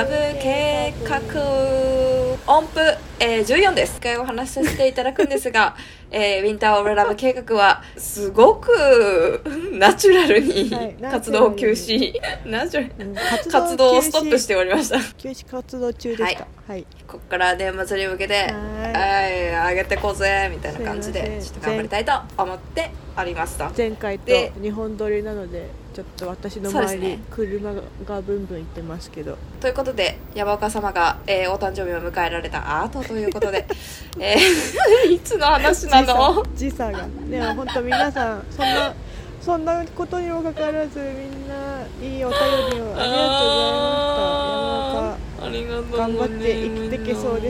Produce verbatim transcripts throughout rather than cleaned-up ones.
ラブ計画音符、えー、じゅうよんです。一回お話しさせていただくんですが、えー、ウィンターオブラブ計画はすごくナチュラルに活動休止、ナチュラル、うん、活, 動活動をストップしておりました。 休止活動中でした。はい。はい、 ここから年末に向けて、はい、上げてこうぜみたいな感じでちょっと頑張りたいと思っておりますと。 前回とにほん撮りなのでちょっと私の周り、ね、車がブンブン行ってますけど。 ということで山岡様が、えー、お誕生日を迎えられた後ということで、えー、いつの話なの？ 時差が。でも本当皆さんそんなそんなことにもかかわらずみんないいお便りをありがとうございました。山岡ありがとう、ね、 頑張って生きてけそうです。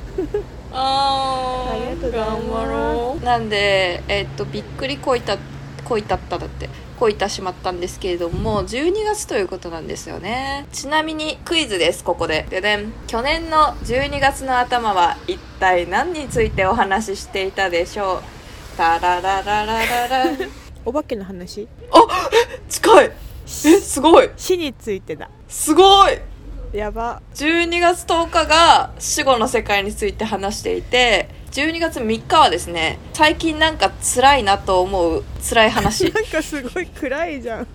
あありがとうございます。 なんでえー、っとびっくりこいたこいたっただってこいたしまったんですけれども、じゅうにがつということなんですよね。ちなみにクイズです。ここでででん、去年のじゅうにがつの頭は一体何についてお話ししていたでしょう？タララララララお化けの話？ あ、近い。え、すごい。 死についてだ。 すごい。 やば。 じゅうにがつとおかが死後の世界について話していて、じゅうにがつみっかはですね、最近なんか辛いなと思う辛い話。 なんかすごい暗いじゃん。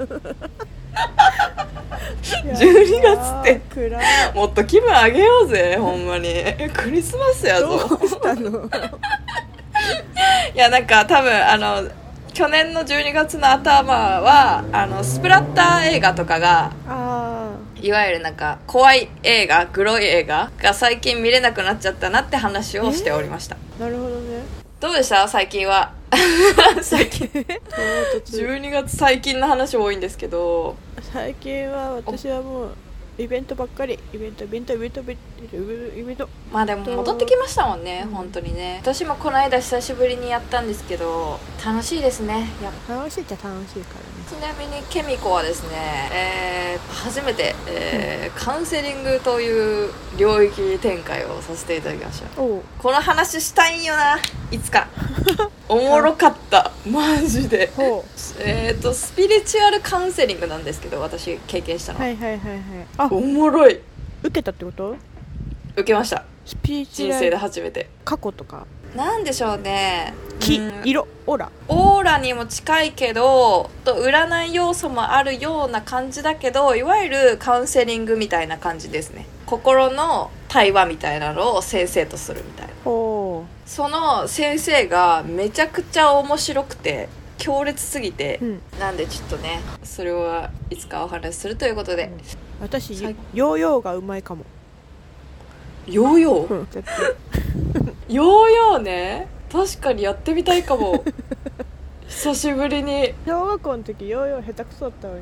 じゅうにがつって暗い。もっと気分上げようぜ、ほんまに。クリスマスやぞ。 どうしたの？ いや、なんか多分あの去年のじゅうにがつの頭はあのスプラッター映画とかが、あ、いわゆるなんか怖い映画、グロい映画が最近見れなくなっちゃったなって話をしておりました。 なるほどね。 どうでした最近は？最近じゅうにがつ最近の話多いんですけど、 最近は私はもうイベントばっかり。イベントイベントイベントイベントイベント。 まあでも戻ってきましたもんね、うん、本当にね。私もこの間久しぶりにやったんですけど楽しいですね。やっぱ楽しいっちゃ楽しいからね。 ちなみにケミコはですね、えー、初めて、えーうん、カウンセリングという領域展開をさせていただきました。おこの話したいんよないつか。おもろかったマジで。えーとスピリチュアルカウンセリングなんですけど、私経験したの。 はいはいはいはい。あ、 おもろい。 受けたってこと？ 受けました。 スピリチュアル人生で初めて。 過去とかなんでしょうね、 木、うん、色、オーラオーラにも近いけどと占い要素もあるような感じだけど、いわゆるカウンセリングみたいな感じですね。心の対話みたいなのを先生とするみたいな。おその先生がめちゃくちゃ面白くて強烈すぎて、うん、なんでちょっとねそれはいつかお話しするということで、うん、 私ヨーヨーがうまいかも。 ヨーヨー、うん、ヨーヨーね、確かにやってみたいかも。久しぶりに。 小学校の時ヨーヨー下手くそだったのに、うん、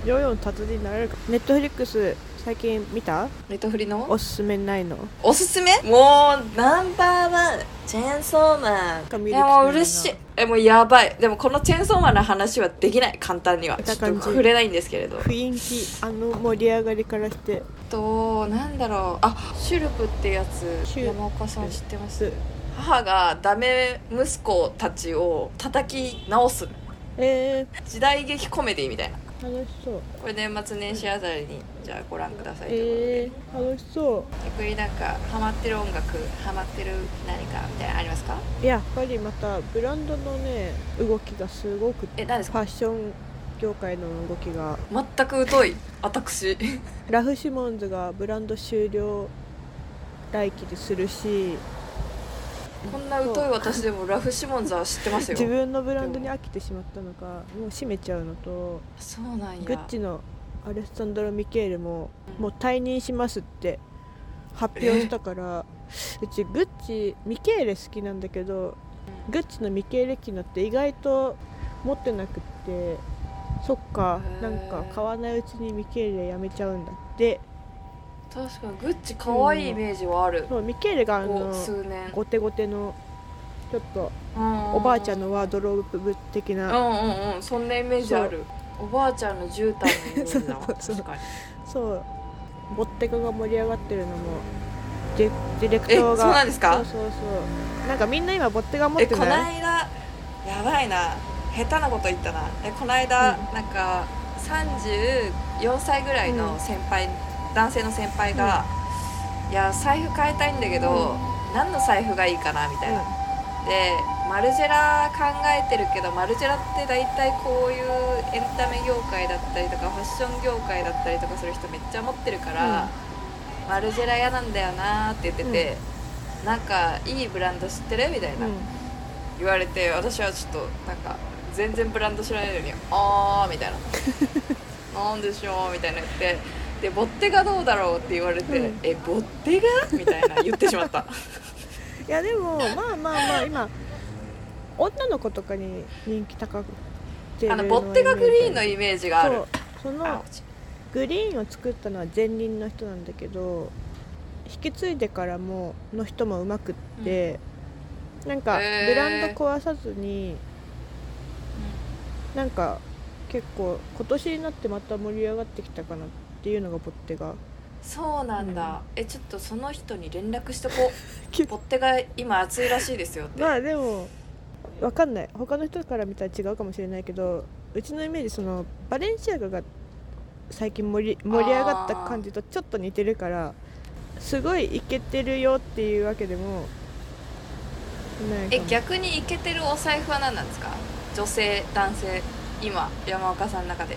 ヨーヨーの達人になれるか。ネットフリックス最近見た？ ネットフリのおすすめないの？ おすすめ？もうナンバーワンチェーンソーマン。いやもう嬉しい。えもうやばい。でもこのチェーンソーマンの話はできない、簡単にはちょっと触れないんですけれど、 雰囲気あの盛り上がりからしてとなんだろう、あシュルプってやつ山岡さん知ってます？母がダメ息子たちを叩き直す、えー、時代劇コメディみたいな。 楽しそう。 これ年末年始あたりにじゃあご覧くださいということで、えー、楽しそう。 逆になんかハマってる音楽、ハマってる何かみたいなのありますか？ やっぱりまたブランドのね動きがすごく、 え何ですか？ ファッション業界の動きが全く疎い私。 ラフシモンズがブランド終了来期でするし、 こんな疎い私でもラフシモンズは知ってますよ。 自分のブランドに飽きてしまったのかもう閉めちゃうのと、 そうなんや。 グッチのアレッサンドロ・ミケールも、うん、もう退任しますって発表したから、うちグッチミケーレ好きなんだけど、グッチのミケーレ機能って意外と持ってなくって、そっかなんか買わないうちにミケーレやめちゃうんだって。 確かにグッチ可愛いイメージはある、うん、 そうミケーレがあの数年ゴテゴテのちょっとおばあちゃんのワードローブ的な、 うんうんうん、そんなイメージある。おばあちゃんの絨毯のイメージだわ。確かにそうボッテカが盛り上がってるのもディレクターが、 そうなんですか？ そうそうそう、なんかみんな今ボッテカ持ってない？ えこの間やばいな、下手なこと言ったな。えこの間、うん、なんかさんじゅうよんさいぐらいの先輩男性の先輩が、いや財布変えたいんだけど、何の財布がいいかなみたいな、でマルジェラ考えてるけど、マルジェラって大体こういうエンタメ業界だったりとかファッション業界だったりとかする人めっちゃ持ってるから、マルジェラ嫌なんだよなって言ってて、なんかいいブランド知ってるみたいな、言われて、私はちょっとなんか全然ブランド知らないのにあーみたいななんでしょうみたいな言って、でボッテガどうだろうって言われて、うん、えボッテガみたいな言ってしまったいやでもまあまあまあ今女の子とかに人気高くて、 あのボッテガグリーンのイメージがある。 そう、そのグリーンを作ったのは前任の人なんだけど、引き継いでからもの人もうまくって、うん、なんかブランド壊さずに、なんか結構今年になってまた盛り上がってきたかなっていうのがボッテガ。 そうなんだ、うん、えちょっとその人に連絡しとこうボッテガ今熱いらしいですよって。 まあでも分かんない、他の人から見たら違うかもしれないけど、うちのイメージそのバレンシアガが最近盛り、盛り上がった感じとちょっと似てるから、すごいイケてるよっていうわけでもないかも。 え逆にイケてるお財布は何なんですか？女性男性今山岡さんの中で。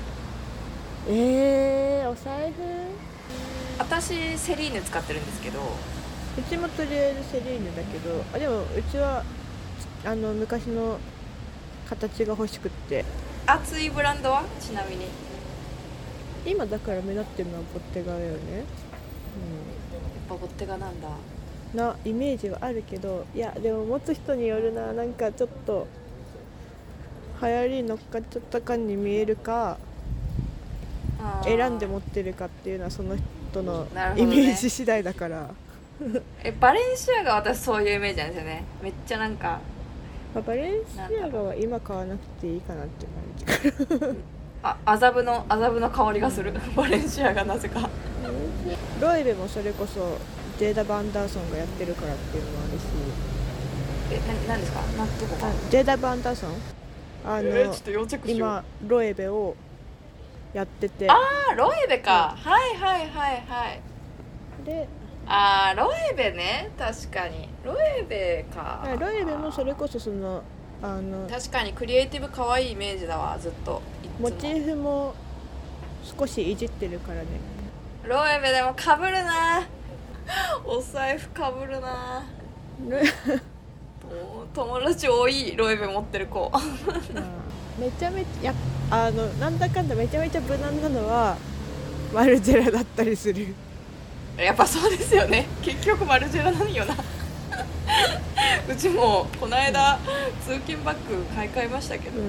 えー、お財布、 私セリーヌ使ってるんですけど。 うちもとりあえずセリーヌだけど、あでもうちはあの昔の形が欲しくって。 熱いブランドはちなみに今だから目立ってるのはボッテガだよね、うん、やっぱボッテガなんだなイメージはあるけど、いやでも持つ人によるな。なんかちょっと流行りに乗っかっちゃった感に見えるか、選んで持ってるかっていうのはその人のイメージ次第だから、 ね、えバレンシアガは私そういうイメージなんですよね。めっちゃなんか、 まあ、バレンシアガは今買わなくていいかなって感じあ麻布の麻布の香りがするバレンシアガなぜかロイベもそれこそジェイダ・バンダーソンがやってるからっていうのもあるし。 えな何ですか？なんどこかジェイダ・バンダーソンあの、 えー、ちょっと要チェックしよう。 今ロエベをやってて。 あーロエベか、うん、はいはいはいはい。 であーロエベね、確かにロエベか。 ロエベもそれこそそのあの確かにクリエイティブ可愛いイメージだわ。ずっとモチーフも少しいじってるからね。 ロエベでもかぶるなお財布かぶるな友達多いロエベ持ってる子めちゃめちゃあのなんだかんだめちゃめちゃ無難なのはマルジェラだったりする。 やっぱそうですよね、結局マルジェラなんよなうちもこの間、うん、通勤バッグ買い替えましたけど、うん、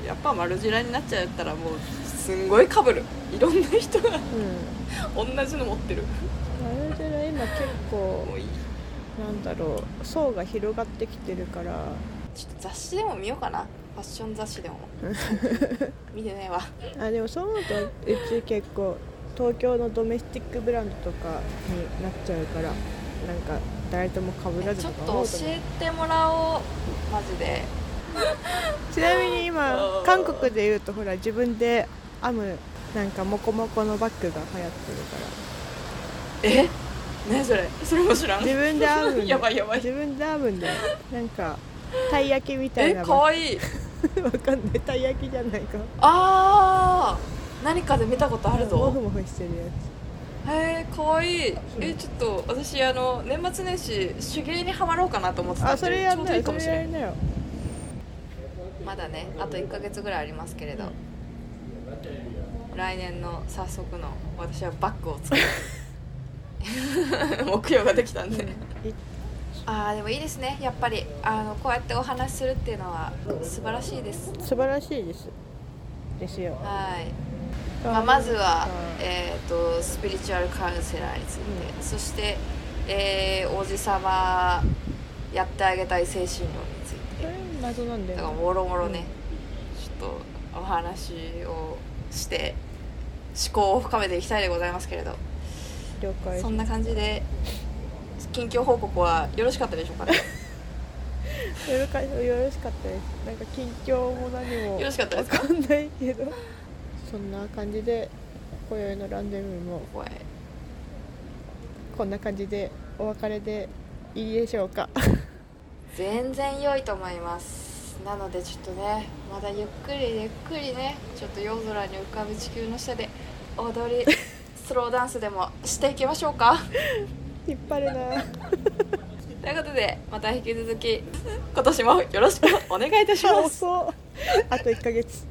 やっぱマルジェラになっちゃったらもうすんごいかぶる。いろんな人が、うん、同じの持ってる。 マルジェラ今結構もういいなんだろう層が広がってきてるから、 ちょっと雑誌でも見ようかな。ファッション雑誌でも見てないわ。 あでもそう思うとうち結構東京のドメスティックブランドとかになっちゃうから、なんか誰とも被らずとか思うと思う。 ちょっと教えてもらおうマジでちなみに今韓国でいうとほら自分で編むなんかモコモコのバッグが流行ってるから。 え何それ？それも知らん。 自分で編むやばいやばい。 自分で編むんだよ。なんかたい焼きみたいな。 えかわいいわかんない、たい焼きじゃないか。 あー何かで見たことあるぞ。 モフモフしてるやつ。へえかわいい。えちょっと私あの年末年始手芸にハマろうかなと思ってたんで。 あそれやんなよ、 それやんなよ。 まだねあといっかげつぐらいありますけれど、うん、来年の早速の私はバッグを作る目標ができたんで、うん、あーでもいいですね。やっぱりあのこうやってお話しするっていうのは素晴らしいです。 素晴らしいですですよ。 はい、まあ、まずは、えー、とスピリチュアルカウンセラーについて、うん、そして、えー、王子様やってあげたい精神論について、 それ謎なんだよね。 だからもろもろね、うん、ちょっとお話をして思考を深めていきたいでございますけれど、 了解。 そんな感じで近況報告はよろしかったでしょうかねよろかよろしかったです。なんか近況も何もよろしかったですか？ 分かんないけどそんな感じで今宵のランデブーもこんな感じでお別れでいいでしょうか。 全然良いと思います。なのでちょっとね、まだゆっくりゆっくりね、ちょっと夜空に浮かぶ地球の下で踊りスローダンスでもしていきましょうか。 引っ張るな。 ということで、また引き続き今年もよろしくお願いいたします。 遅っ。あといっかげつ。